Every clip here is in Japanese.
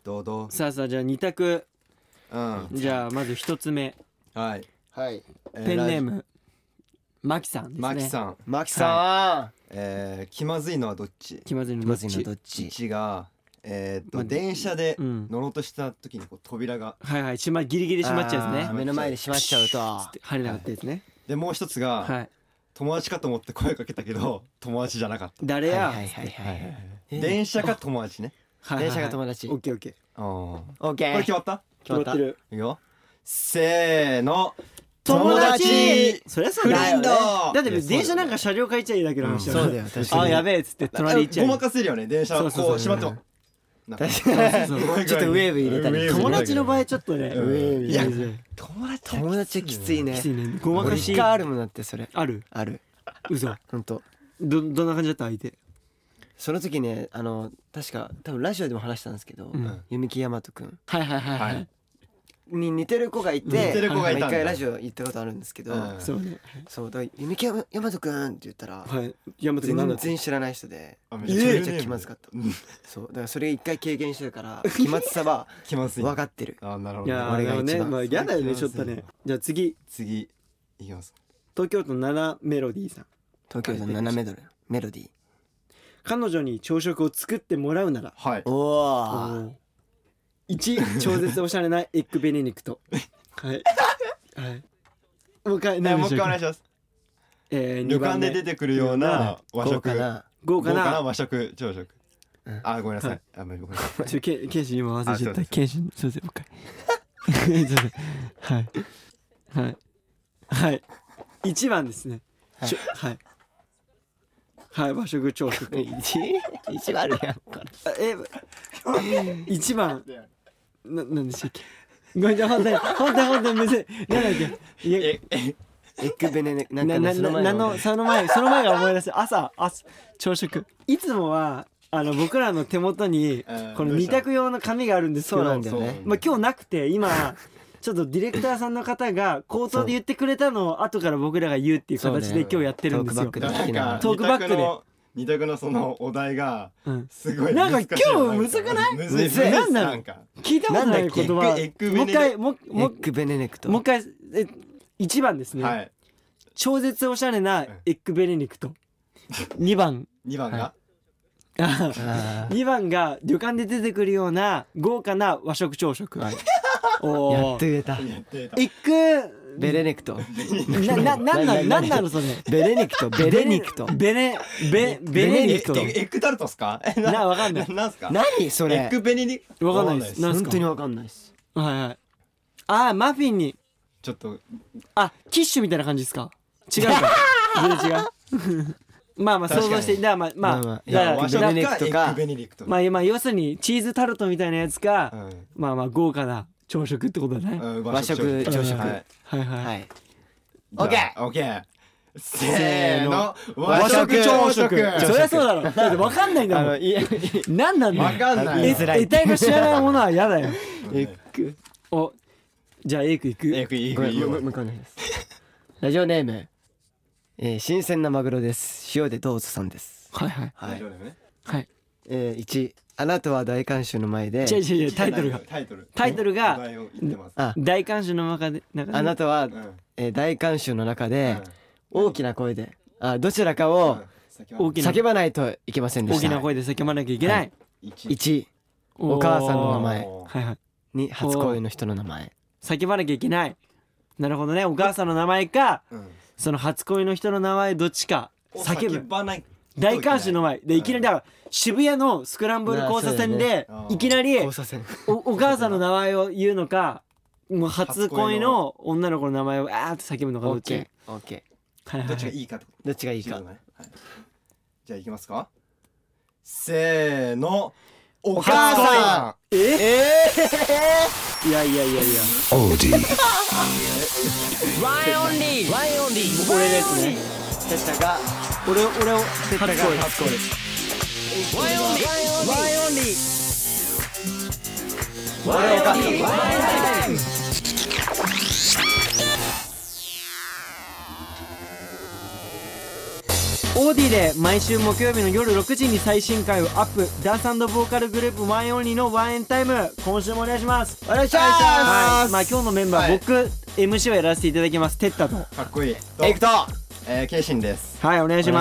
どうどさあじゃあ2択。 う。 じゃあまず1つ目、 はい。 ペンネームマキさんですね。 マキさん。 マキさ気まずいのはどっち？ 気まずいのん。 どっち？ まずいのどっち？ 1がまあ電車でうん乗ろうとした時にこう扉がはいギリギリ閉まっちゃうやつね。 目の前で閉まっちゃうと入れなかったやつね。 でもう一つが、 はい。 友達かと思って声かけたけど友達じゃなかった。 誰や？ はいはいはい電車か友達ね。 電車が友達。 オッケーオッケー。 こオッケー。 れ決まった？ 決まった。 決まってる。 いくよ。せーの。 友達。そりゃそうだよね。 フレンド。 だって電車なんか車両変えちゃいいだけの話だよ。 そうだよ確かに。 あやべえっつって隣行っちゃう。 ごまかせるよね。電車こう閉まっても。 確かに。ちょっとウェーブ入れたり。 友達の場合ちょっとね。 うんウェーブいや入れて。友達はきついね。 きついね。ごまかし俺一回あるもんだってそれ。 ある。 ある。 嘘。 ほんと。 どんな感じだった相手？ その時ね確か多分ラジオでも話したんですけど、弓木大和くんはいはいに似てる子がいて、 似てる子がいたんだ一回ラジオ行ったことあるんですけど、 そうね。 そうだ弓木大和くんって言ったら、 はい。山本なんだ全然知らない人であめちゃめちゃ気まずかった。そうだからそれ一回経験してるから気まずさは気まずい。 分かってる。 あなるほいど。 やでもね、まあ嫌だよねちょっとね。じゃあ次次いきます。 東京都7メロディーさん。 東京都7メドルメロディー。 彼女に朝食を作ってもらうなら。 はい。 おお。 1超絶おしゃれなエッグベネディクト。はいはいもう一回もう一回お願いします。旅館で出てくるような和食、 豪華な和食朝食。あごめんなさい。あごめんなさい。 ケンシン今忘れちゃった。ケンシンすいませんもう一回。すいませんはいはい1番ですね。はいはい和食朝食。 一番あるやんこれ。 1番なんでしたっけ？ごめんじゃ本当にむずい。なんだっけ？ エッグベネネなんかねその前が思い出す。朝朝食。いつもは僕らの手元にこの二択用の紙があるんですけど、 そうなんだよね。 まあ今日なくて今ちょっとディレクターさんの方が口頭で言ってくれたのを後から僕らが言うっていう形で今日やってるんですよ。 トークバックでなんかトークバックで二択のそのお題がすごいなんか難しい。 今日むずくない？ むずい。 なんだろうなんか聞いたことない言葉。もう一回もエッグベネネクト。 う一回1番ですね。 はい。 超絶おしゃれなエッグベネディクト。2番 2番が 2番が旅館で出てくるような豪華な和食朝食。おやっと言えた。 エッグベレネクト。 なんなのそれ。 ベレネクト。ベレニクト。 ベネニクト。 エッグタルトっすか？ わかんない。 なんすか？ 何それ？ エッグベネディ。 わかんないです。 本当にわかんないです。 はいマフィンにちょっとキッシュみたいな感じですか？違うか。全然違う。まあ想像してまあ和食かエッグベネディクト。 まあ要するにチーズタルトみたいなやつかまあ豪華な朝食ってことだね。 和食朝食。 はい。 オッケー。せーの和食朝食。 そりゃそうだろ。だってわかんないんだもん。なんなんだよ。 わかんない。 得体の知らないものは嫌だよ。 エッグ。 おじゃあエッグ行く。 エッグいいよ。 向こうのです。ラジオネーム新鮮なマグロです。塩でどうぞさんです。 はい 1あなたは大観衆の前で。 違うタイトルが大観衆の中であなたは大観衆の中で大きな声でどちらかを叫ばないといけませんでした。 大きな声で叫ばなきゃいけない。 1お母さんの名前。 2 初恋の人の名前。 叫ばなきゃいけない。なるほどね。お母さんの名前かその初恋の人の名前どっちか叫ぶ。大観衆の前でいきなりだから渋谷のスクランブル交差点でいきなりお母さんの名前を言うのかもう初恋の女の子の名前をって叫ぶのかどっち？ オッケー。どっちがいいか。 どっちがいいか。 じゃあいきますか。せーの。 お母さん。 いやオーディワンオンリー俺ですね。 テッタが俺をテッタが初恋。 ワンオンリー俺お母さん。 オオーディで毎週木曜日の夜6時に最新回をアップ。ダンス&ボーカルグループワンオンリーのワンエンタイム、今週もお願いします。 お願いします。 はい、まあ今日のメンバー、 はい、 僕 MC をやらせていただきます。テッタとかっこいいエイクとケイシンです。 はい、お願いします。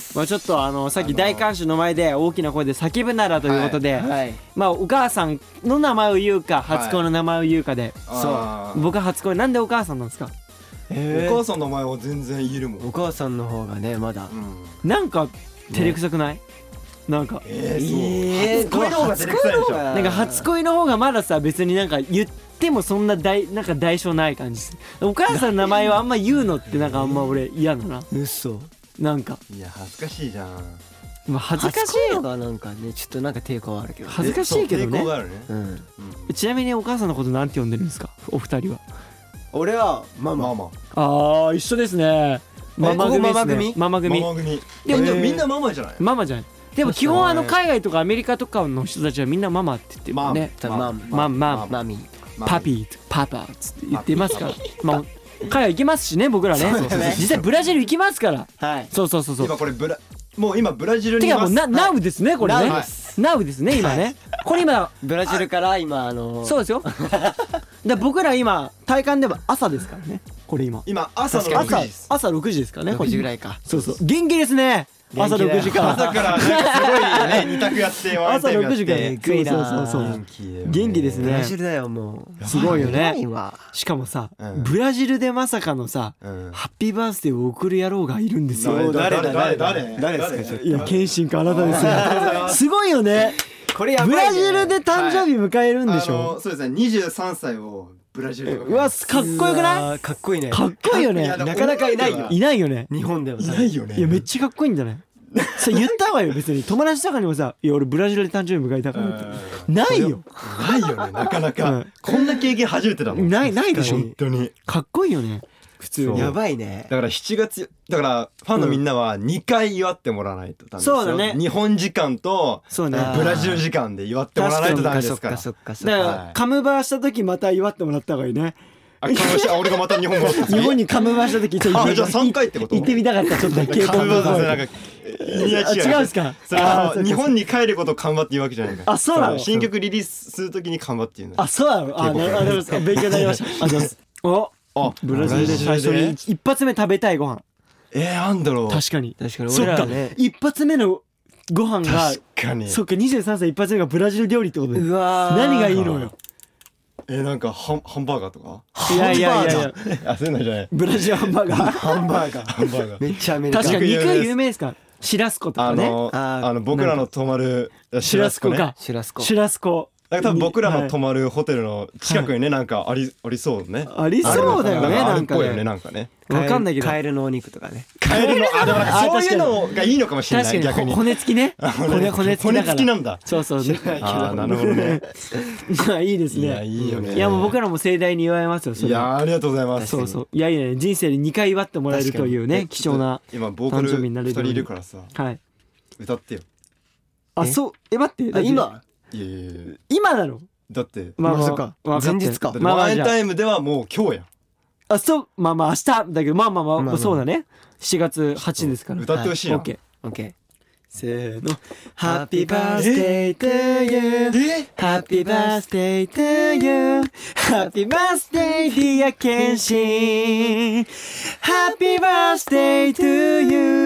まあちょっとさっき大観衆の前で大きな声で叫ぶならということで、 はい、 まあお母さんの名前を言うか初恋の名前を言うかで、そう僕は初恋。なんでお母さんなんですか？ お母さんの名前は全然言えるもん。 お母さんの方がねまだ、 なんか照れくさくない？なんか初恋の方が照れくさいでしょ。 なんか初恋の方がまださ、別になんか言ってもそんななんか代償ない感じです。お母さんの名前をあんま言うのってなんかあんま俺嫌だな。 嘘。 なんかいや恥ずかしいじゃん。 まあ恥ずかしいのがなんかねちょっとなんか抵抗あるけど、 恥ずかしいけどね。 抵抗があるね。 ちなみにお母さんのことなんて呼んでるんですか、お二人は？ 俺はママ。 ああ一緒ですね。ママ組ですね。ママ組。 でもみんなママじゃない？ ママじゃない。でも基本海外とかアメリカとかの人たちはみんなママって言ってるもんね。マミ、パピー、パパって言ってますから。まあ海外行きますしね、僕らね。実際ブラジル行きますから。そう。 今これもう今ブラジルにいます。 てかもうナウですねこれね。ナウですね今ね。これ今ブラジルから今そうですよ。で僕ら今体感では朝ですからね。これ今朝の6時です。 朝6時ですからね。 6時ぐらいか。 そう元気ですね。朝6時から朝からすごいね2択やって朝6時からそう元気ですね。 ブラジルだよもうすごいよね。しかもさブラジルでまさかのさハッピーバースデーを送る野郎がいるんですよ。 誰ですか？ いや謙信かあなたですよ。すごいよね。これやばいね。ブラジルで誕生日迎えるんでしょ。 そうですね、23歳をブラジルで。 うわかっこよくない？ かっこいいね。 かっこいいよね。 なかなかいないよね。 日本でもいないよね。 いやめっちゃかっこいいんじゃない？それ言ったわよ別に。友達とかにもさ、いや俺ブラジルで誕生日迎えたからってないよね、なかなかこんな経験初めてだもん。 ないでしょ。 本当にかっこいいよね普通に。 やばいね。 だから7月だからファンのみんなは2回祝ってもらわないとダメですよ。 そうだね。 日本時間とブラジル時間で祝ってもらわないとダメですから。 そっか。 だからカムバーした時また祝ってもらった方がいいね。 俺がまた日本にカムバーした時じゃあ3回ってこと？ 行ってみたかった。ちょっとカムバーなんかいや違うんですか？ それは日本に帰ることをカムバって言うわけじゃないから。 あ、そうなの？ 新曲リリースするときにカムバって言うんだ。 あ、そうなの？あ、勉強になりました。ブラジルで最初に一発目食べたいご飯。 なんだろう。 確かに俺らね。 一発目のご飯が確かに。 そっか23歳一発目がブラジル料理ってことで。何がいいのよ。 なんかハンバーガーとか？ いやあ、そういうのじゃない。 ブラジルハンバーガー。 ハンバーガーめっちゃアメリカン。 確かに肉有名ですか？シラスコとかね。 僕らの泊まるシラスコか。 シラスコ。 多分僕らの泊まるホテルの近くにねなんかありそうね。 ありそうだよねなんかね。 わかんないけど。 カエルのお肉とかね。 カエルのそういうのがいいのかもしれない逆に。 骨付きね。骨付きなんだ。 そう。 なるほどね。 まあいいですね。 いいよね。 いやもう僕らも盛大に祝いますよ。 いやありがとうございます。 そう。いや人生で2回祝ってもらえるというね貴重な今ボーカル2人いるからさ。 はい。 歌ってよ。 あ、そう待って今なの？ だってまさか前日か。 ワンエンタイムではもう今日やん。 あ、そう明日だけどまあそうだね。7月8ですから歌ってほしいな。 オッケー。 せーの。Happy birthday to you Happy birthday to you Happy birthday dear ケンシン Happy birthday to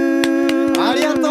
you ありがとう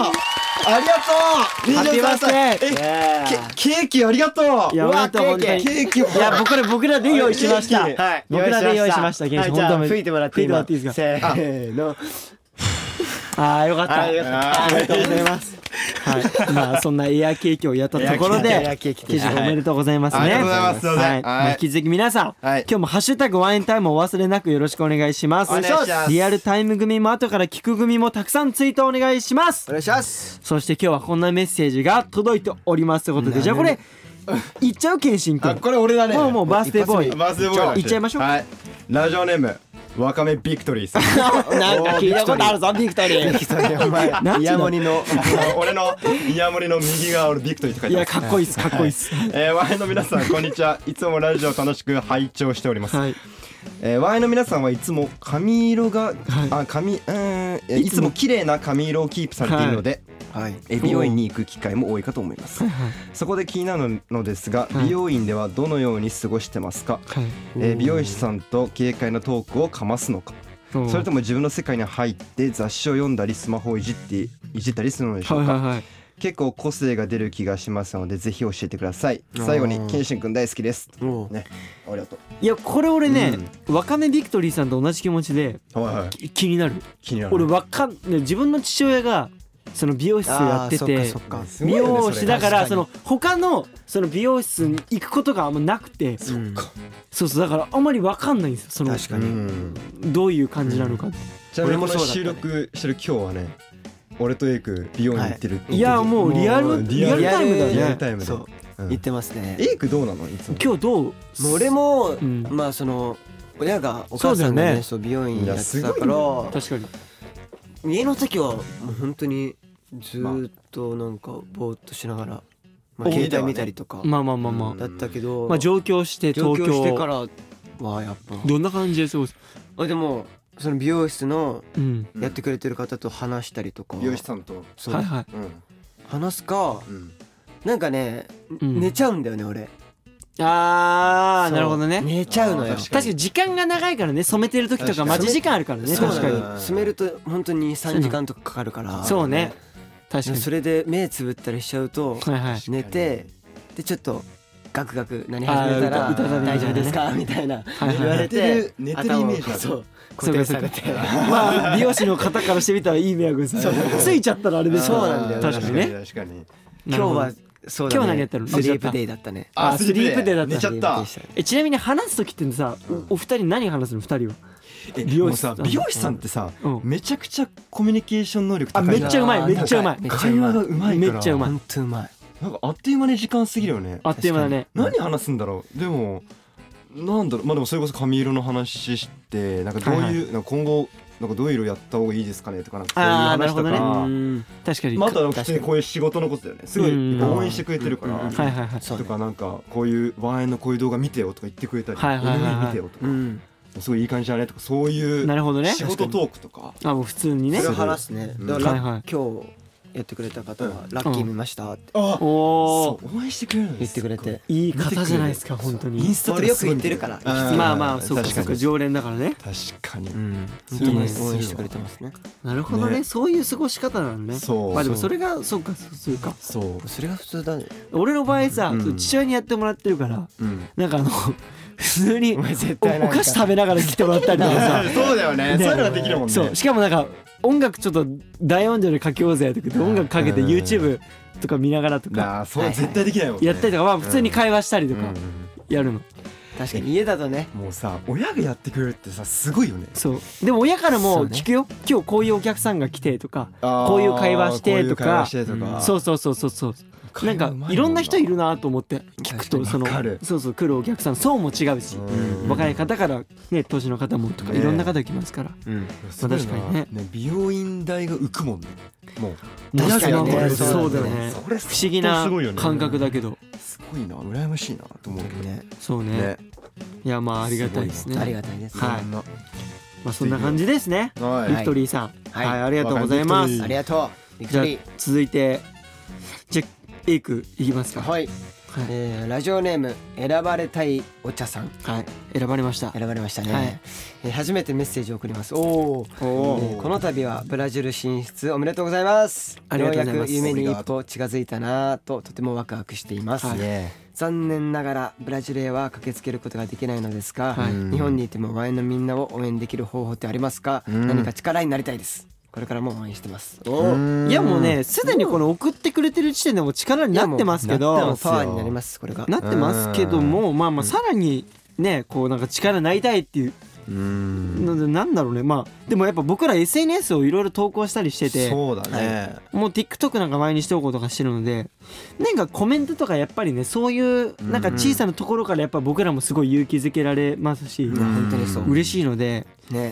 23歳ケーキありがとう。 いや本当にケーキ。いや僕らで用意しました。僕らで用意しました。 じゃあ吹いてもらっていいですか？せーの。 よかった。ありがとうございます。はい。まあそんなエアケーキをやったところでケーキおめでとうございますね。 ありがとうございます。 はい。引き続き皆さん今日もハッシュタグワンエンタイムお忘れなくよろしくお願いします。 お願いします。 リアルタイム組も後から聞く組もたくさんツイートお願いします。 お願いします。 そして今日はこんなメッセージが届いておりますということで、じゃあこれいっちゃう謙信君。 これ俺だね。 もうバースデーボーイ。いっちゃいましょう。 はい。ラジオネームわかめビクトリーさん。 なんか聞いたことあるぞビクトリー。 お前イヤモニの俺のイヤモニの右側俺ビクトリーって書いてます。 いやかっこいいっすかっこいいっす。 ワイの皆さんこんにちは。いつもラジオ楽しく拝聴しております。ワイの皆さんはいつも髪色が髪番いつも綺麗な髪色をキープされているので、 はい、 美容院に行く機会も多いかと思います。そこで気になるのですが、美容院ではどのように過ごしてますか？美容師さんと軽快なトークをかますのか、それとも自分の世界に入って雑誌を読んだりスマホをいじったりするのでしょうか？結構個性が出る気がしますので、ぜひ教えてください。最後にケンシンくん大好きですね。ありがとう。 いやこれ俺ね、わかめビクトリーさんと同じ気持ちで気になる。俺自分の父親がその美容室やってて、美容師だからその他のその美容室に行くことがあんまなくて、そうだからあんまり分かんないんですよ、その確かにどういう感じなのかって。 じゃあ俺も収録してる今日はね、俺とエイク美容院行ってるって。 いやもうリアルタイムだね。 リアルタイムで行ってますね。 エイクどうなのいつも？ 今日どう？ 俺もまあその親がお母さんがね美容院やってたから、 確かに家の時はもう本当にずっとなんかぼーっとしながら、携帯見たりとかだったけど、 上京して東京してからはやっぱどんな感じで過ごす？ でもその美容室のやってくれてる方と話したりとか、 美容師さんと話すか、なんかね寝ちゃうんだよね俺。 なるほどね。 寝ちゃうのよ。 確かに時間が長いからね、染めてる時とか待ち時間あるからね。確かに染めると本当に3時間とかかかるから。 そうね、確かに。 それで目つぶったりしちゃうと寝て、でちょっとガクガク何始めたら大丈夫ですかみたいな言われて、 寝てるイメージある。 固定されて、 美容師の方からしてみたらいい迷惑です。ついちゃったらあれで。 そうなんだよ。 確かにね。 今日はそうだね。 今日何やったの？ スリープデイだったね。 スリープデイだった。 寝ちゃった。 ちなみに話す時ってさ、お二人何話すの？二人は。 美容師さんってさ、めちゃくちゃコミュニケーション能力高い。 めっちゃうまい。めっちゃうまい。 会話がうまいから。 めっちゃうまい。 本当うまい。 なんかあっという間に時間過ぎるよね。 あっという間だね。 何話すんだろう。でもなんだろう、でもそれこそ髪色の話して、なんかどういうなんか今後なんかどういう色やった方がいいですかねとか、なんかそういう話とか。確かに。また普通にこういう仕事のことだよね。すごい応援してくれてるから。とかなんかこういうワンエンのこういう動画見てよとか言ってくれたり、見てよとか。すごいいい感じだねとか、そういう仕事トークとか。 もう普通にね。 それ話すね。だから今日やってくれた方はラッキー見ましたって応援してくれるんです。 言ってくれて、 いい方じゃないですか本当に。 インスタでよく言ってるから。 まあそうか常連だからね。 確かに本当に応援してくれてますね。 なるほどね。そういう過ごし方なのね。まあでもそれがそうかそれが普通だね。 俺の場合さ、父親にやってもらってるから、なんか普通にお菓子食べながら来てもらったりとかさ。 そうだよね。そういうのができるもんね。 そう、しかもなんか音楽ちょっと大音量でかけようぜとか言って音楽かけて YouTube とか見ながらとか、 そう絶対できないもんね。 やったりとか、普通に会話したりとかやるの。 確かに家だとね、 もうさ親がやってくれるってさすごいよね。 そうでも親からも聞くよ、今日こういうお客さんが来てとか、こういう会話してとか、そうなんかいろんな人いるなと思って聞くと、そのそう来るお客さん層も違うし、若い方からね年の方もとかいろんな方来ますから、確かにね。 美容院代が浮くもんね。もう確かにね。そうだよね。不思議な感覚だけどすごいな、羨ましいなと思うけどね。 そうね。いやまあありがたいですね。 ありがたいです。 はい。まあそんな感じですね。ビクトリーさん、はいありがとうございます。 ありがとう。 じゃあ続いてじゃエイクいきますか。 はい。ラジオネーム選ばれたいお茶さん。 はい、選ばれましたね。初めてメッセージを送ります。この度はブラジル進出おめでとうございます。ようやく夢に一歩近づいたなととてもワクワクしています。残念ながらブラジルへは駆けつけることができないのですが、日本にいてもワインのみんなを応援できる方法ってありますか？何か力になりたいです。これからも応援してます。 いやもうね、すでにこの送ってくれてる時点でも力になってますけど、 パワーになります。これがなってますけども、まあさらにねこうなんか力になりたいっていうので、なんだろうね。まあでもやっぱ僕ら SNS をいろいろ投稿したりしてて、 そうだね、 もう TikTok なんか前にしておこうとかしてるので、なんかコメントとかやっぱりね、そういうなんか小さなところからやっぱ僕らもすごい勇気づけられますし、 本当にそう嬉しいのでね。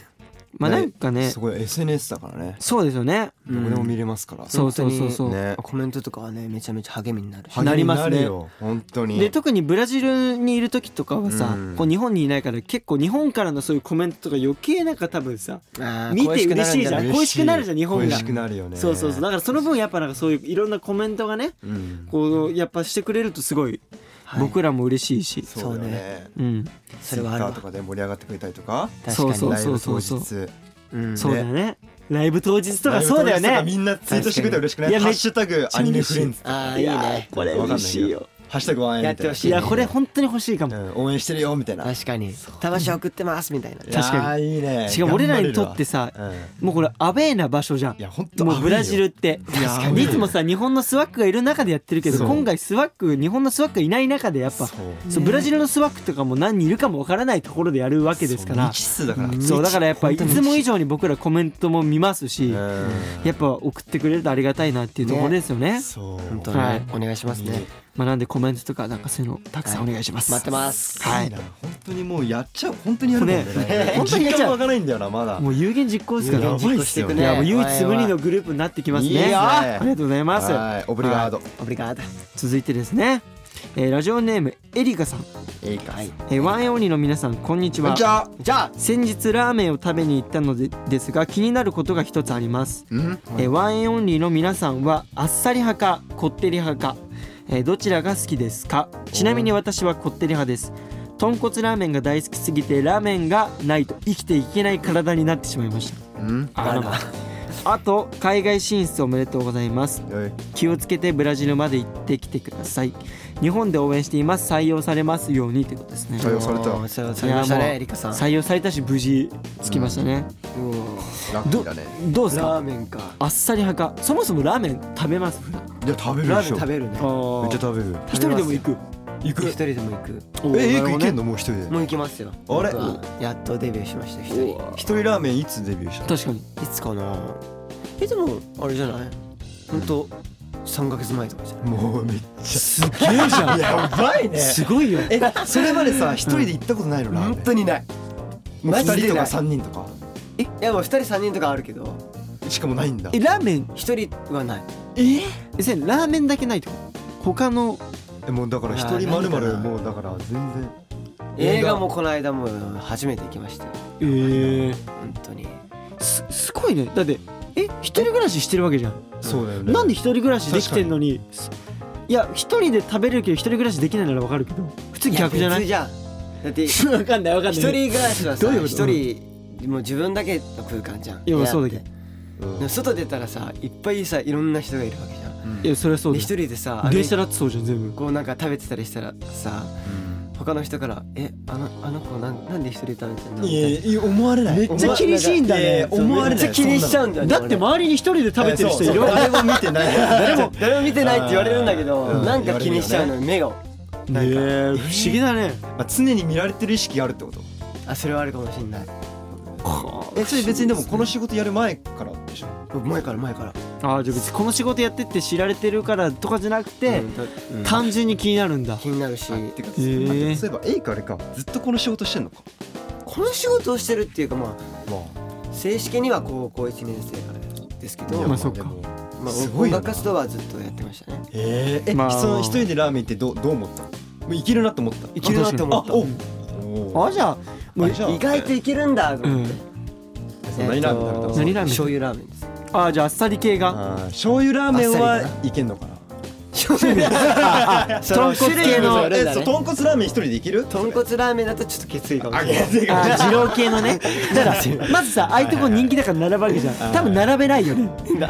まあなんかねすごい SNS だからね、 そうですよね、 どこでも見れますから、 そうそうそうそう、 ね、コメントとかはねめちゃめちゃ励みになるし、 なりますね本当に。 で特にブラジルにいる時とかはさ、こう日本にいないから結構日本からのそういうコメントとか余計なんか多分さ見て嬉しいじゃん、恋しくなるじゃん日本が、 恋しくなるよね。 そうそうそう、だからその分やっぱなんかそういういろんなコメントがね、こうやっぱしてくれるとすごい僕らも嬉しいし、 そうね、 それはあるわ。 とかで盛り上がってくれたりとか、 そうそうそうそうそう、そうだよね、ライブ当日とかそうだよね、 みんなツイートしてくれたら嬉しくない？ハッシュタグアニメフレンズ、 ああいいね、 これ嬉しいよ、 ハッシュタグワンエンみたいな、 いやこれ本当に欲しいかも、 応援してるよみたいな、 確かに魂送ってますみたいな、 確かにいいね。 しかも俺らにとってさ、もうこれアウェーな場所じゃん、 いや本当もうブラジルっていつもさ日本のスワックがいる中でやってるけど、今回日本のスワックがいない中でやっぱそうブラジルのスワックとかも何人いるかもわからないところでやるわけですから、 未知数だから、 そうだからやっぱいつも以上に僕らコメントも見ますし、やっぱ送ってくれるとありがたいなっていうところですよね。 そう本当にお願いしますね。 まあなんでコメントとかなんかそういうのたくさんお願いします。 待ってます。 はい。 本当にもうやっちゃう、本当にやるもんね。 本当にやっちゃう。 わからないんだよなまだ。 もう有言実行ですから。 やばいっすよね。 いやもう唯一無二のグループになってきますね。ありがとうございます。 オブリガード。 オブリガード。 続いてですね。ラジオネームエリカさん。ワンエオニの皆さんこんにちは。じゃあ先日ラーメンを食べに行ったのですが気になることが一つあります。ワンエオニの皆さんはあっさり派かこってり派か、どちらが好きですか？ちなみに私はこってり派です。豚骨ラーメンが大好きすぎてラーメンがないと生きていけない体になってしまいました。あと海外進出おめでとうございます。気をつけてブラジルまで行ってきてください。日本で応援しています。採用されますようにということですね。 採用された。 採用されましたね、エリカさん。 採用されたし無事つきましたね。 ラッキーだね。 どうですか？ ラーメンか。 あっさり派か。そもそもラーメン食べます？ いや食べるでしょ。 ラーメン食べるね。 めっちゃ食べる。 一人でも行く。 一人でも行く。 行けんの？もう一人で。 もう行きますよ。 あれ？ やっとデビューしました一人ラーメンいつデビューした？ 確かに。 いつかな。でもあれじゃない？本当3ヶ月前とかじゃない？ もうめっちゃすげえじゃん。 やばいね。 すごいよ。 それまでさ一人で行ったことないの？ 本当にない。 もう2人とか3人とか。 いやもう2人3人とかあるけど。 しかもないんだ。 ラーメン 1人はない。 ラーメンだけないってこと？他のもうだから1人まるまるもうだから全然。 映画もこの間も初めて行きましたよ。本当に。 すごいね。だって一人暮らししてるわけじゃん。 そうだよね。 なんで一人暮らしできてんのに、いや一人で食べれるけど一人暮らしできないならわかるけど普通逆じゃない？ 普通じゃん。だってわかんない一人暮らしはさ一人もう自分だけの空間じゃん。 いやそうだけど外出たらさいっぱいさいろんな人がいるわけじゃん。 いやそれはそうだ。 一人でさ電車だってそうじゃん全部。 こうなんか食べてたりしたらさ他の人からあの子なんで一人で食べてんの？ いや思われない。 めっちゃ気にしいんだね。 思われない。めっちゃ気にしちゃうんだよ。 だって周りに一人で食べてる人いるわけ。 誰も見てない。 誰も見てないって言われるんだけどなんか気にしちゃうの目が。 不思議だね。 常に見られてる意識があるってこと？ それはあるかもしれない。 それ別にでもこの仕事やる前からでしょ？ 前から。 じゃあ別にこの仕事やってって知られてるからとかじゃなくて単純に気になるんだ。 気になるし。 そういえばエイカあれかずっとこの仕事してんのか？ この仕事をしてるっていうかまあ正式には高校1年生からですけど、 まあそっか。 音楽活動はずっとやってましたね。 その一人でラーメンってどう思った？もういけるなと思った。 いけるなと思った。 じゃあ意外といけるんだと思って。 何ラーメン食べたの？ 何ラーメン？醤油ラーメンです。 じゃああっさり系が。 醤油ラーメンはいけんのかな？ 豚骨系の豚骨ラーメン一人でいける？ 豚骨ラーメンだとちょっときついかもしれない。 二郎系のね。だからまずさああいうとこ人気だから並ぶわけじゃん。多分並べないよね。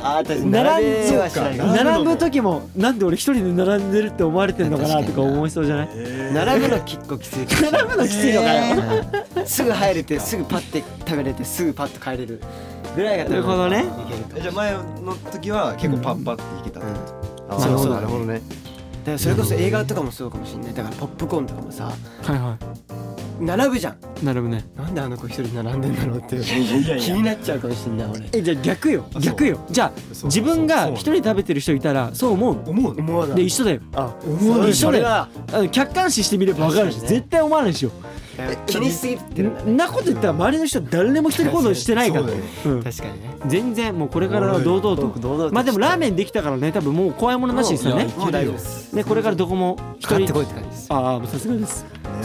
並ぶ時もなんで俺一人で並んでるって思われてんのかなとか思いそうじゃない？ 並ぶの結構きつい。 並ぶのきついのかよ。 すぐ入れてすぐパッて食べれてすぐパッと帰れるぐらいがなるほどね。 じゃあ前の時は結構パッパっていけたってこと？ そうなるほどね。 だからそれこそ映画とかもそうかもしれない。だからポップコーンとかもさ並ぶじゃん。 並ぶね。 なんであの子一人並んでんだろうって気になっちゃうかもしれない俺。 じゃあ逆よ。じゃあ自分が一人で食べてる人いたらそう思うで一緒だよ。 思う一緒だよ。客観視してみれば分かるし絶対思わないでしょ。 気にしすぎてるんなこと言ったら周りの人誰も一人行動してないから確かにね全然もうこれからは堂々とまあでもラーメンできたからね多分もう怖いものなしですよねもう大丈夫ですねこれからどこも一人ってこいって感じですああさすがです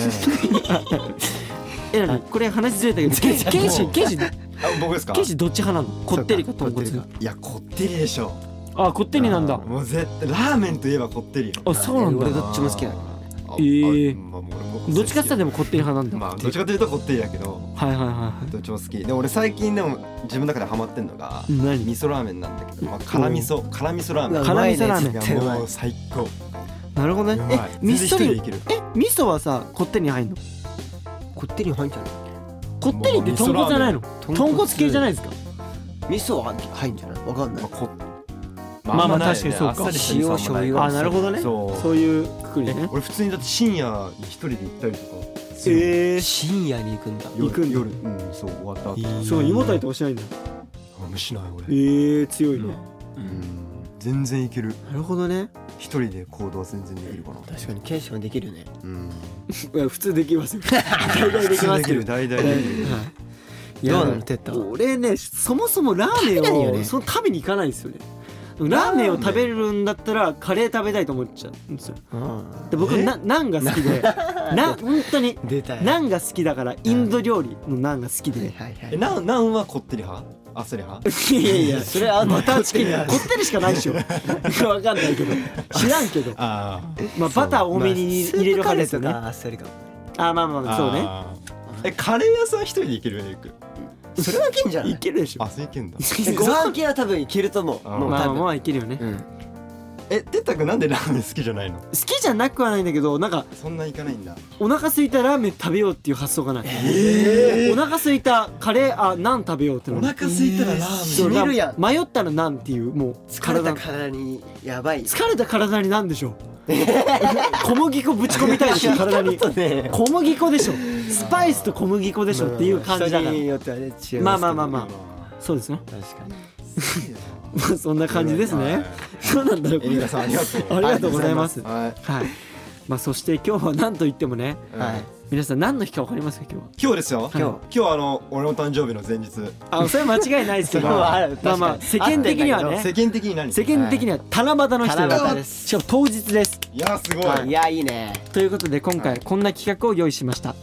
これ話ずれたけどケイシ僕ですかケイシどっち派なのこってりか豚骨がいやこってりでしょあこってりなんだもう絶対ラーメンといえばこってりよあそうなんだ俺どっちも好きなのどっちかって言ったらでもこってり派なんだまあどっちかというとこってりだけどはいはいはいどっちも好きで俺最近でも自分の中でハマってんのが味噌ラーメンなんだけど辛味噌ラーメン辛味噌ラーメンもう最高なるほどね味噌はさこってりに入んのこってり入んじゃないこってりって豚骨じゃないの豚骨系じゃないですか味噌は入んじゃないわかんないまあまあ確かにそうか塩醤油あなるほどねそういうくくりね俺普通にだって深夜一人で行ったりとか深夜に行くんだ夜そう終わった後そう胃もたれとかしないんだあしない俺強いね全然いけるなるほどね一人で行動は全然できるかな確かにケンションできるね普通できますよ大体できますけど大体できるどうなのテッタ俺ねそもそもラーメンを食べに行かないんですよねラーメンを食べるんだったらカレー食べたいと思っちゃうんですよで僕ナンが好きで本当にナンが好きだからインド料理のナンが好きでナンはこってり派あっさり派いやそれはバターチキンこってりしかないでしょわかんないけど知らんけどまあバター多めに入れる派ですよねあっさりかあまあそうねカレー屋さん一人で行けるよねそれはいけんじゃないいけるでしょあそういけんだご飯系は多分いけると思うまあいけるよねてったくなんでラーメン好きじゃないの好きじゃなくはないんだけどなんかそんな行かないんだお腹空いたラーメン食べようっていう発想がないお腹空いたカレーナン食べようってお腹空いたらラーメン見るやん迷ったらナンっていうもう疲れた体にやばい疲れた体になんでしょ小麦粉ぶち込みたいでしょ体に小麦粉でしょスパイスと小麦粉でしょっていう感じだからまあそうですよ確かにまあそんな感じですねそうなんだよエリカさんありがとうありがとうございますはいまあそして今日は何と言ってもね皆さん何の日か分かりますか今日ですよ今日俺の誕生日の前日それは間違いないですけどまあ世間的にはね世間的に何世間的には七夕の日ですしかも当日ですいやすごいいやいいねということで今回こんな企画を用意しました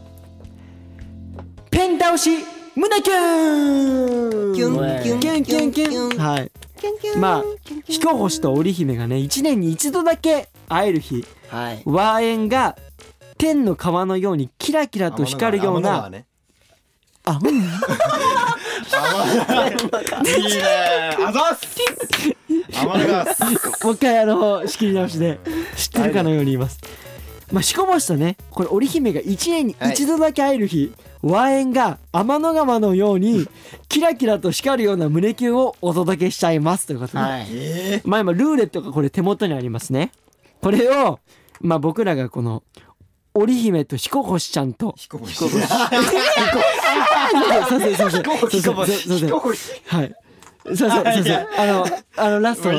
ペン倒し胸キュンキュンキュンキュンキュンキュンはいまあ彦星と織姫がね1年に1度だけ会える日和縁が天の川のようにキラキラと光るようなあいいねあざっすもう一回仕切り直しで知ってるかのように言いますまあ彦星とねこれ織姫が1年に1度だけ会える日和縁が天の川のようにキラキラと光るような胸キュンをお届けしちゃいますということで、まあ今ルーレットがこれ手元にありますねこれをまあ僕らがこの織姫と彦星ちゃんと彦星はいそうラスト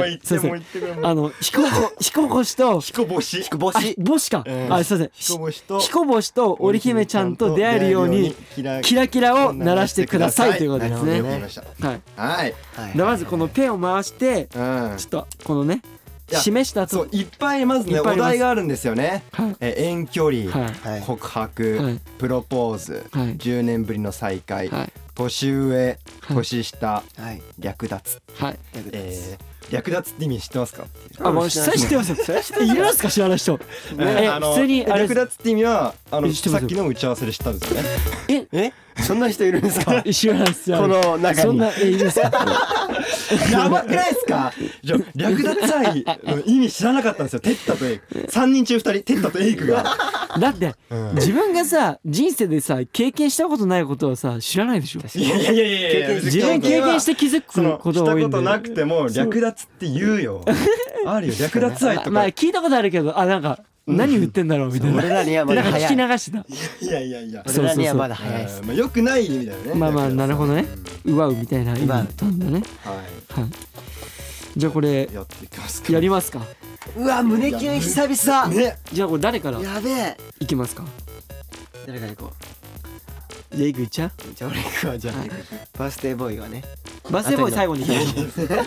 彦星と星か彦星と織姫ちゃんと出会えるようにキラキラを鳴らしてくださいということですねはいまずこのペンを回してちょっとこのね示した後いっぱいまずねお題があるんですよね遠距離告白プロポーズ10年ぶりの再会年上年下略奪略奪って意味知ってますかもう知ってますいますか知らない人普通に略奪って意味はさっきの打ち合わせで知ったんですよねそんな人いるんですか知らないですこの中にそんないるんですかやばくないですかじゃ略奪愛の意味知らなかったんですよテッタとエイク3人中2人テッタとエイクがだって自分がさ人生でさ経験したことないことはさ知らないでしょいや自分経験して気づくことが多いんでしたことなくても略奪って言うよあるよ略奪愛とかまあ聞いたことあるけどなんか何言ってんだろうみたいな俺らにはまだ早いなんか聞き流してたいや俺らにはまだ早いですよくない意味だよねまあなるほどね奪うみたいな意味なんだねじゃあこれやりますかうわ胸キュン久々 じゃあこれ誰からやべえいきますか誰が行こじゃあいくちゃん。 じゃあ俺行くわ。じゃあバースデーボーイはね。 バースデーボーイ最後に行きましょう。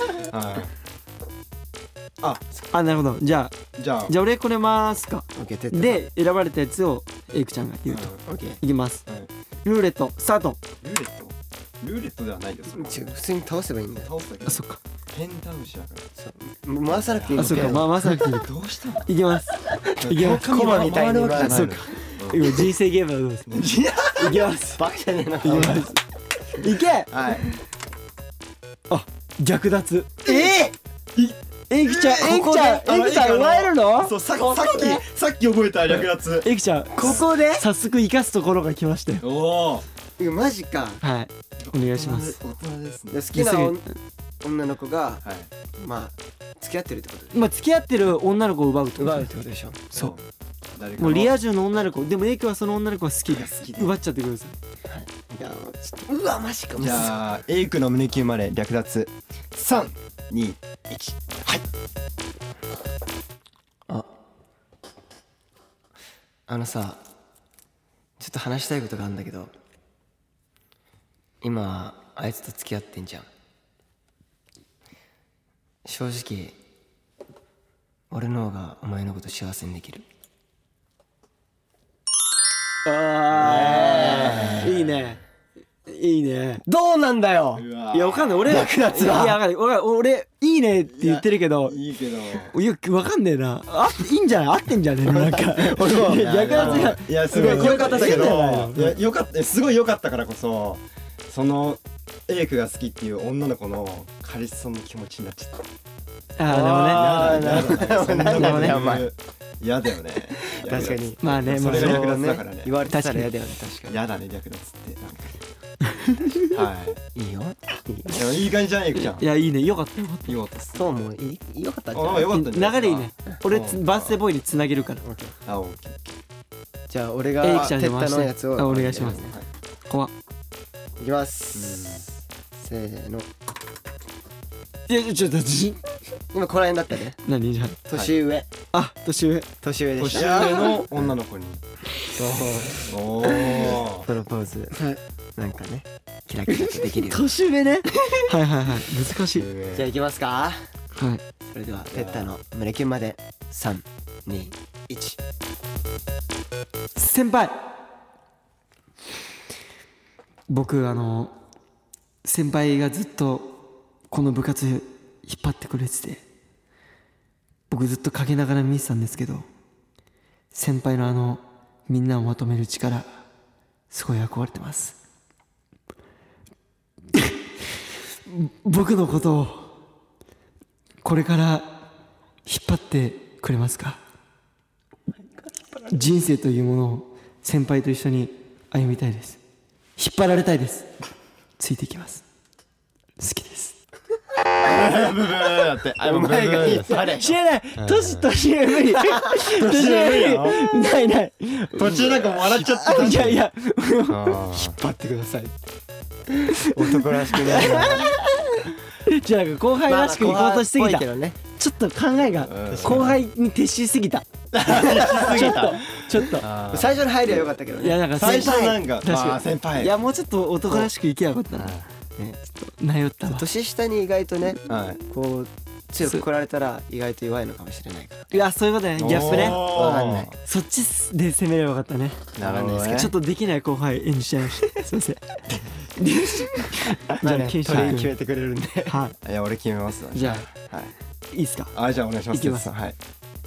あ、なるほど。じゃあ俺これますか。で選ばれたやつをエイクちゃんが言うと。いきます。ルーレットスタート。 ルーレットではないよ。 普通に倒せばいいんだよ。 あ、そっか。 ペン倒しだから。 回さなくていいの。 あ、そっか。回さなくていい。 どうしたの。 いきます。いきます。 コマみたいに回そうか。今人生ゲームはどうですか。いきます。 バカじゃねえな。 いきます。いけ。 はい。 あ、逆脱。エイクちゃん奪えるの？ そう、さっき覚えた略奪。 エイクちゃんここで早速生かすところが来ましたよ。 おお。マジか。 はい。お願いします。 大人ですね。 好きな女の子がまあ付き合ってるってことで。 まあ付き合ってる女の子を奪うってことでしょ。 そう。もうリア充の女の子でもエイクはその女の子が好きです。奪っちゃってください。 はい。じゃあちょっとうわマジか。 じゃあエイクの胸キュンまで略奪。3、2、1。はい。 あのさ、ちょっと話したいことがあるんだけど、今あいつと付き合ってんじゃん。正直俺の方がお前のこと幸せにできる。 いいね。いいね。 どうなんだよ。 いやわかんない。俺いやわかんない。俺いいねって言ってるけど。 いいけど。 いやわかんねえな。いいんじゃない？合ってんじゃねえのなんか。俺も逆圧がいやすごい良かったけど。いや良かった。すごい良かったからこそそのエイクが好きっていう女の子のカリスマの気持ちになっちゃった。 ああでもね。 嫌だよね。 確かに。 まあね、 それが略奪だからね。 言われたら嫌だよね。確かに。 嫌だね略奪ってなんか。はい。 いいよ。 いい感じじゃないかじゃん。 いやいいね。よかったよかった。 よかったっす。 そうもうよかったんじゃない。よかったね。 流れいいね。俺バースデーボーイにつなげるから。 あ、オッケー。 じゃあ俺がエイクちゃんテッタのやつをお願いします。怖っ。 いきます。せーの。 いやちょっと今この辺だったね。 何じゃ。 年上。 あ、年上でした。 年上の女の子に。 そう。おお。プロポーズ。なんかね、キラキラとできるよ。 年上ね。はいはいはい。難しい。 じゃあ行きますか。 はい。 それではテッタの胸キュンまで3、2、1。 先輩。僕先輩がずっとこの部活引っ張ってくれてて、僕ずっと陰ながら見てたんですけど、先輩のみんなをまとめる力すごい憧れてます。僕のことをこれから引っ張ってくれますか？人生というものを先輩と一緒に歩みたいです。引っ張られたいです。ついていきます。好きです。 だってお前が引っ張れ。 知らない。年上無理。年上無理。ない途中なんか笑っちゃった。 いや引っ張ってください。男らしくないな。 じゃあなんか後輩らしく行こうとしすぎた。ちょっと考えが後輩に徹しすぎた。ちょっと最初の入りは良かったけどね。 いやなんか最初なんか先輩。 いやもうちょっと男らしく行けばよかったな。ちょっと悩ったわ。 年下に意外とね、こう強く来られたら意外と弱いのかもしれないから。 いやそういうことね。ギャップね。 わかんない。 そっちで攻めればよかったね。 なるほどね。 ちょっとできない後輩演じちゃいました。すいません。じゃあ決めてくれるんで。 はい。 いや俺決めますわ。 じゃあいいっすか。 じゃあお願いします。 いきます。 はい。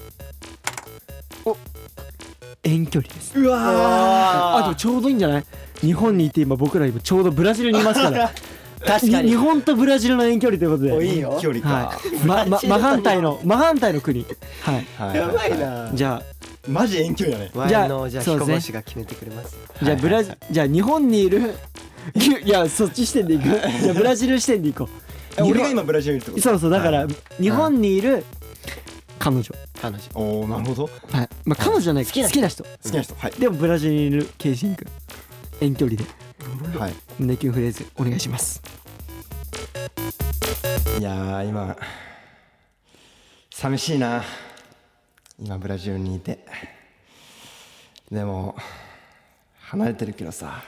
遠距離です。うわ。でもちょうどいいんじゃない？日本にいて今僕ら今ちょうどブラジルにいますから。確かに日本とブラジルの遠距離ということで。 いいよ。 距離か。 真反対の国。はい。 やばいな。 じゃあマジ遠距離だね。 じゃあ彦星が決めてくれます。 じゃあ日本にいるいやそっち視点でいく。じゃあブラジル視点でいこう。 俺が今ブラジルにいるってこと？ そうだから日本にいる彼女。 おおなるほど。 はい。まあ彼女じゃない。好きな人。 はい。 でもブラジルにいるケイシン君。遠距離で。 はい。 胸キュンフレーズお願いします。 いや今寂しいな。今ブラジルにいて。でも離れてるけどさ、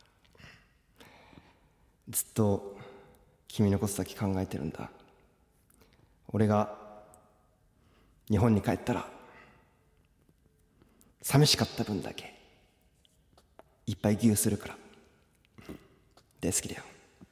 ずっと君のことだけ考えてるんだ。俺が日本に帰ったら寂しかった分だけいっぱいギューするから大好きだよ。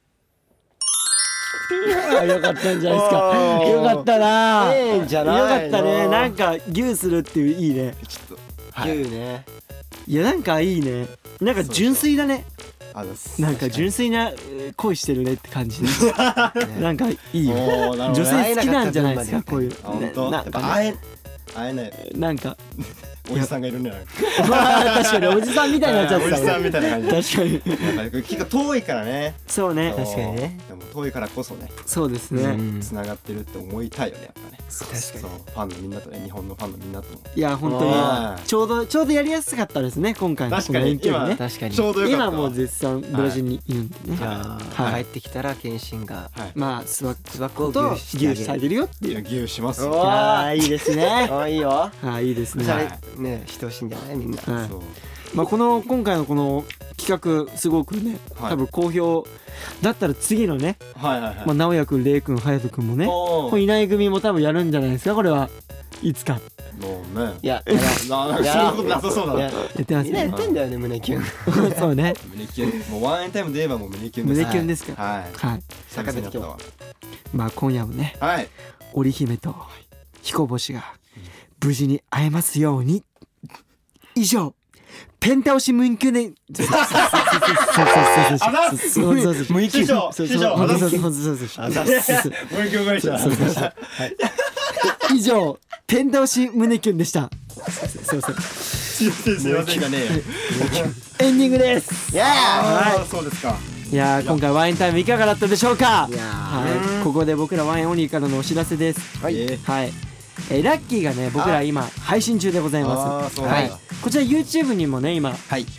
よかったんじゃないですか。よかったな。 いいんじゃないの。 よかったね。なんかギューするっていういいね。 ちょっとギューね。 いやなんかいいね。なんか純粋だね。 すなんか純粋な恋してるねって感じでなんかいいよ。女性好きなんじゃないですかこういう。 本当。やっぱ会えない。 なんかおじさんがいるね。 まあ確かにおじさんみたいになっちゃった。 おじさんみたいな感じ。 確かに。 やっぱり気が遠いからね。 そうね。 確かにね。 でも遠いからこそね。 そうですね。 つながってるって思いたいよねやっぱね。 確かに。 ファンのみんなとね、日本のファンのみんなとも。 いや本当にちょうどやりやすかったですね今回のこの遠距離ね。 確かに。 ちょうどよかった。 今もう絶賛ブラジルにいるんでね。 じゃあ帰ってきたら謙信がまあスワックをとギューしてあげるよっていう。 ギューしますよ。 ああいいですね。 あいいよ。 いいですね。 ねしてほしいんじゃないみんな。 まあ今回のこの企画すごくね多分好評だったら次のね直哉くん、れいくん、隼人くんもねいない組も多分やるんじゃないですかこれはいつか。 もうね。 いやなんかそういうことなさそうだな。 やってますね。 やってんだよね胸キュン。そうね。 胸キュン。もうワンエンタイムで言えばもう胸キュンです。 胸キュンですか。 はい。 坂部今日。 まあ今夜もねはい織姫と彦星が無事に会えますように。以上ペン倒し無キュネ以上ペン倒し胸キュンでした。すいませんすいませんがね。 エンディングです。 はい、そうですか。 いや今回ワインタイムいかがだったでしょうか。ここで僕らワインオニーからのお知らせです。はい、ラッキーがね僕ら今配信中でございます。こちら YouTube にもね今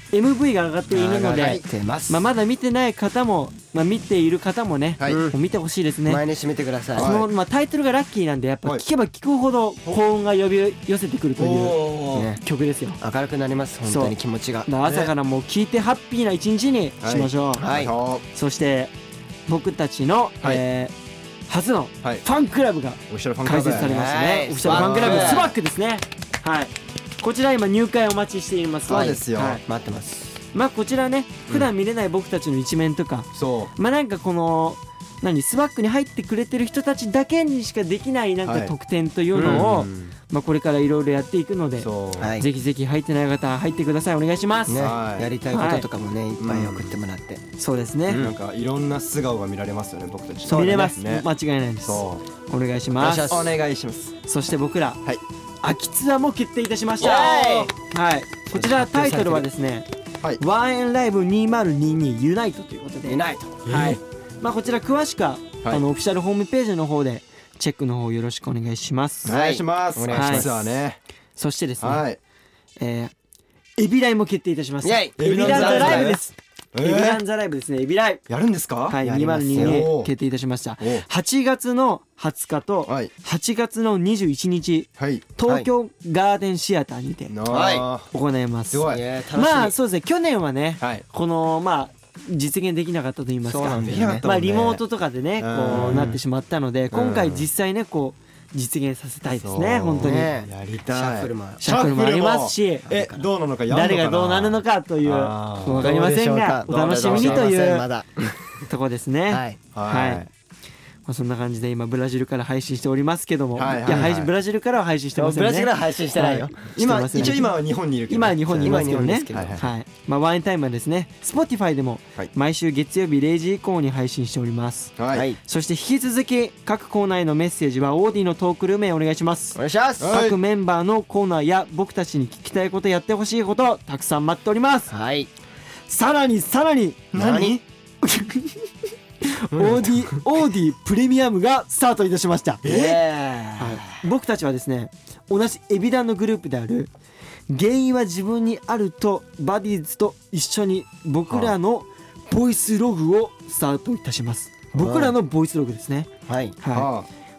MV が上がっているのでまだ見てない方も見ている方もね見てほしいですね。 前に締めてください。 そのタイトルがラッキーなんでやっぱ聞けば聞くほど幸運が呼び寄せてくるという曲ですよ。 明るくなります本当に気持ちが。 朝からもう聞いてハッピーな一日にしましょう。そして僕たちの初のファンクラブが開設されましたね。オフィシャルファンクラブスバックですね。こちら今入会お待ちしています。 そうですよ。 待ってます。 こちらね普段見れない僕たちの一面とかなんかこのスバックに入ってくれてる人たちだけにしかできないなんか特典というのをこれからいろいろやっていくのでぜひぜひ入ってない方入ってください。お願いします。 やりたいこととかもねいっぱい送ってもらって。 そうですね。 なんかいろんな素顔が見られますよね僕たち。 見れます。間違いないです。お願いします。 お願いします。 そして僕ら秋ツアーも決定いたしました。こちらタイトルはですねワンエンライブ2022ユナイトということでこちら詳しくはオフィシャルホームページの方でチェックの方よろしくお願いします。 お願いします。 そしてですねエビライも決定いたしました。エビランザライブです。エビランザライブですね。エビライやるんですか。 2022決定いたしました。 8月の20日と8月の21日東京ガーデンシアターにて行います。そうですね。去年はねこの実現できなかったと言いますかリモートとかでねこうなってしまったので今回実際ねこう実現させたいですね。本当にやりたい。 シャッフルもありますしどうなのか誰がどうなるのかという分かりませんがお楽しみにというとこですね。そんな感じで今ブラジルから配信しておりますけどもブラジルからは配信してませんね。 ブラジルは配信してないよ。 一応今は日本にいるけど今は日本にいますけどね。ワインタイムはですね Spotify でも毎週月曜日0時以降に配信しております。そして引き続き各コーナーへのメッセージはオーディのトークルームへお願いします。 お願いします。 各メンバーのコーナーや僕たちに聞きたいことやってほしいことたくさん待っております。さらに何オーディプレミアムがスタートいたしました。僕たちはですね同じエビダンのグループである原因は自分にあるとバディーズと一緒に僕らのボイスログをスタートいたします。僕らのボイスログですね。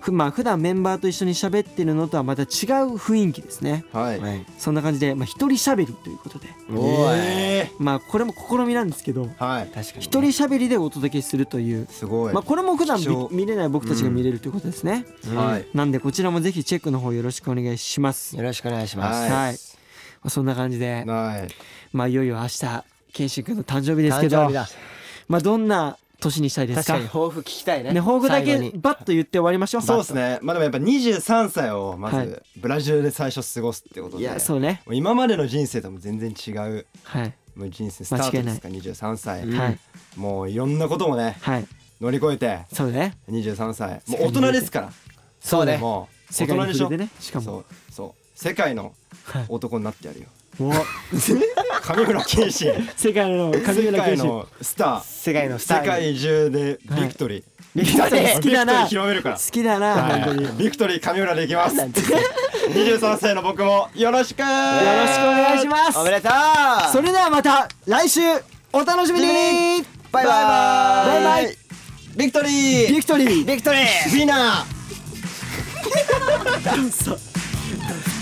まあ普段メンバーと一緒に喋ってるのとはまた違う雰囲気ですね。 はい、 そんな感じで、まあ、一人喋りということで、まあこれも試みなんですけど、 はい、 一人喋りでお届けするという、 すごい、 まあこれも普段見れない僕たちが見れるということですね。なんでこちらもぜひチェックの方よろしくお願いします。 よろしくお願いします。 はい、まあ、そんな感じで、まあいよいよ明日ケンシン君の誕生日ですけど、まあどんな年にしたいですか？ 確かに抱負聞きたいね。 抱負だけバッと言って終わりましょう。 そうですね。まあでもやっぱ23歳をまずブラジルで最初過ごすってことで、 いやそうね、 今までの人生とも全然違う、もう人生スタートですか。23歳、もういろんなこともね、乗り越えて、 そうね、 23歳もう大人ですから。 そうね、 もう世界に触れてね、しかもそう世界の男になってやるよ。上村謙信、 世界のスター、 世界のスター、 世界中でビクトリー、好きだな、 広めるから、 好きだな、本当にビクトリー上村でいきます。23歳の僕もよろしくお願いします。 おめでとう。 それではまた来週お楽しみに。 バイバイ。 ビクトリー、 ビクトリー、ビクトリー、 ウィナー。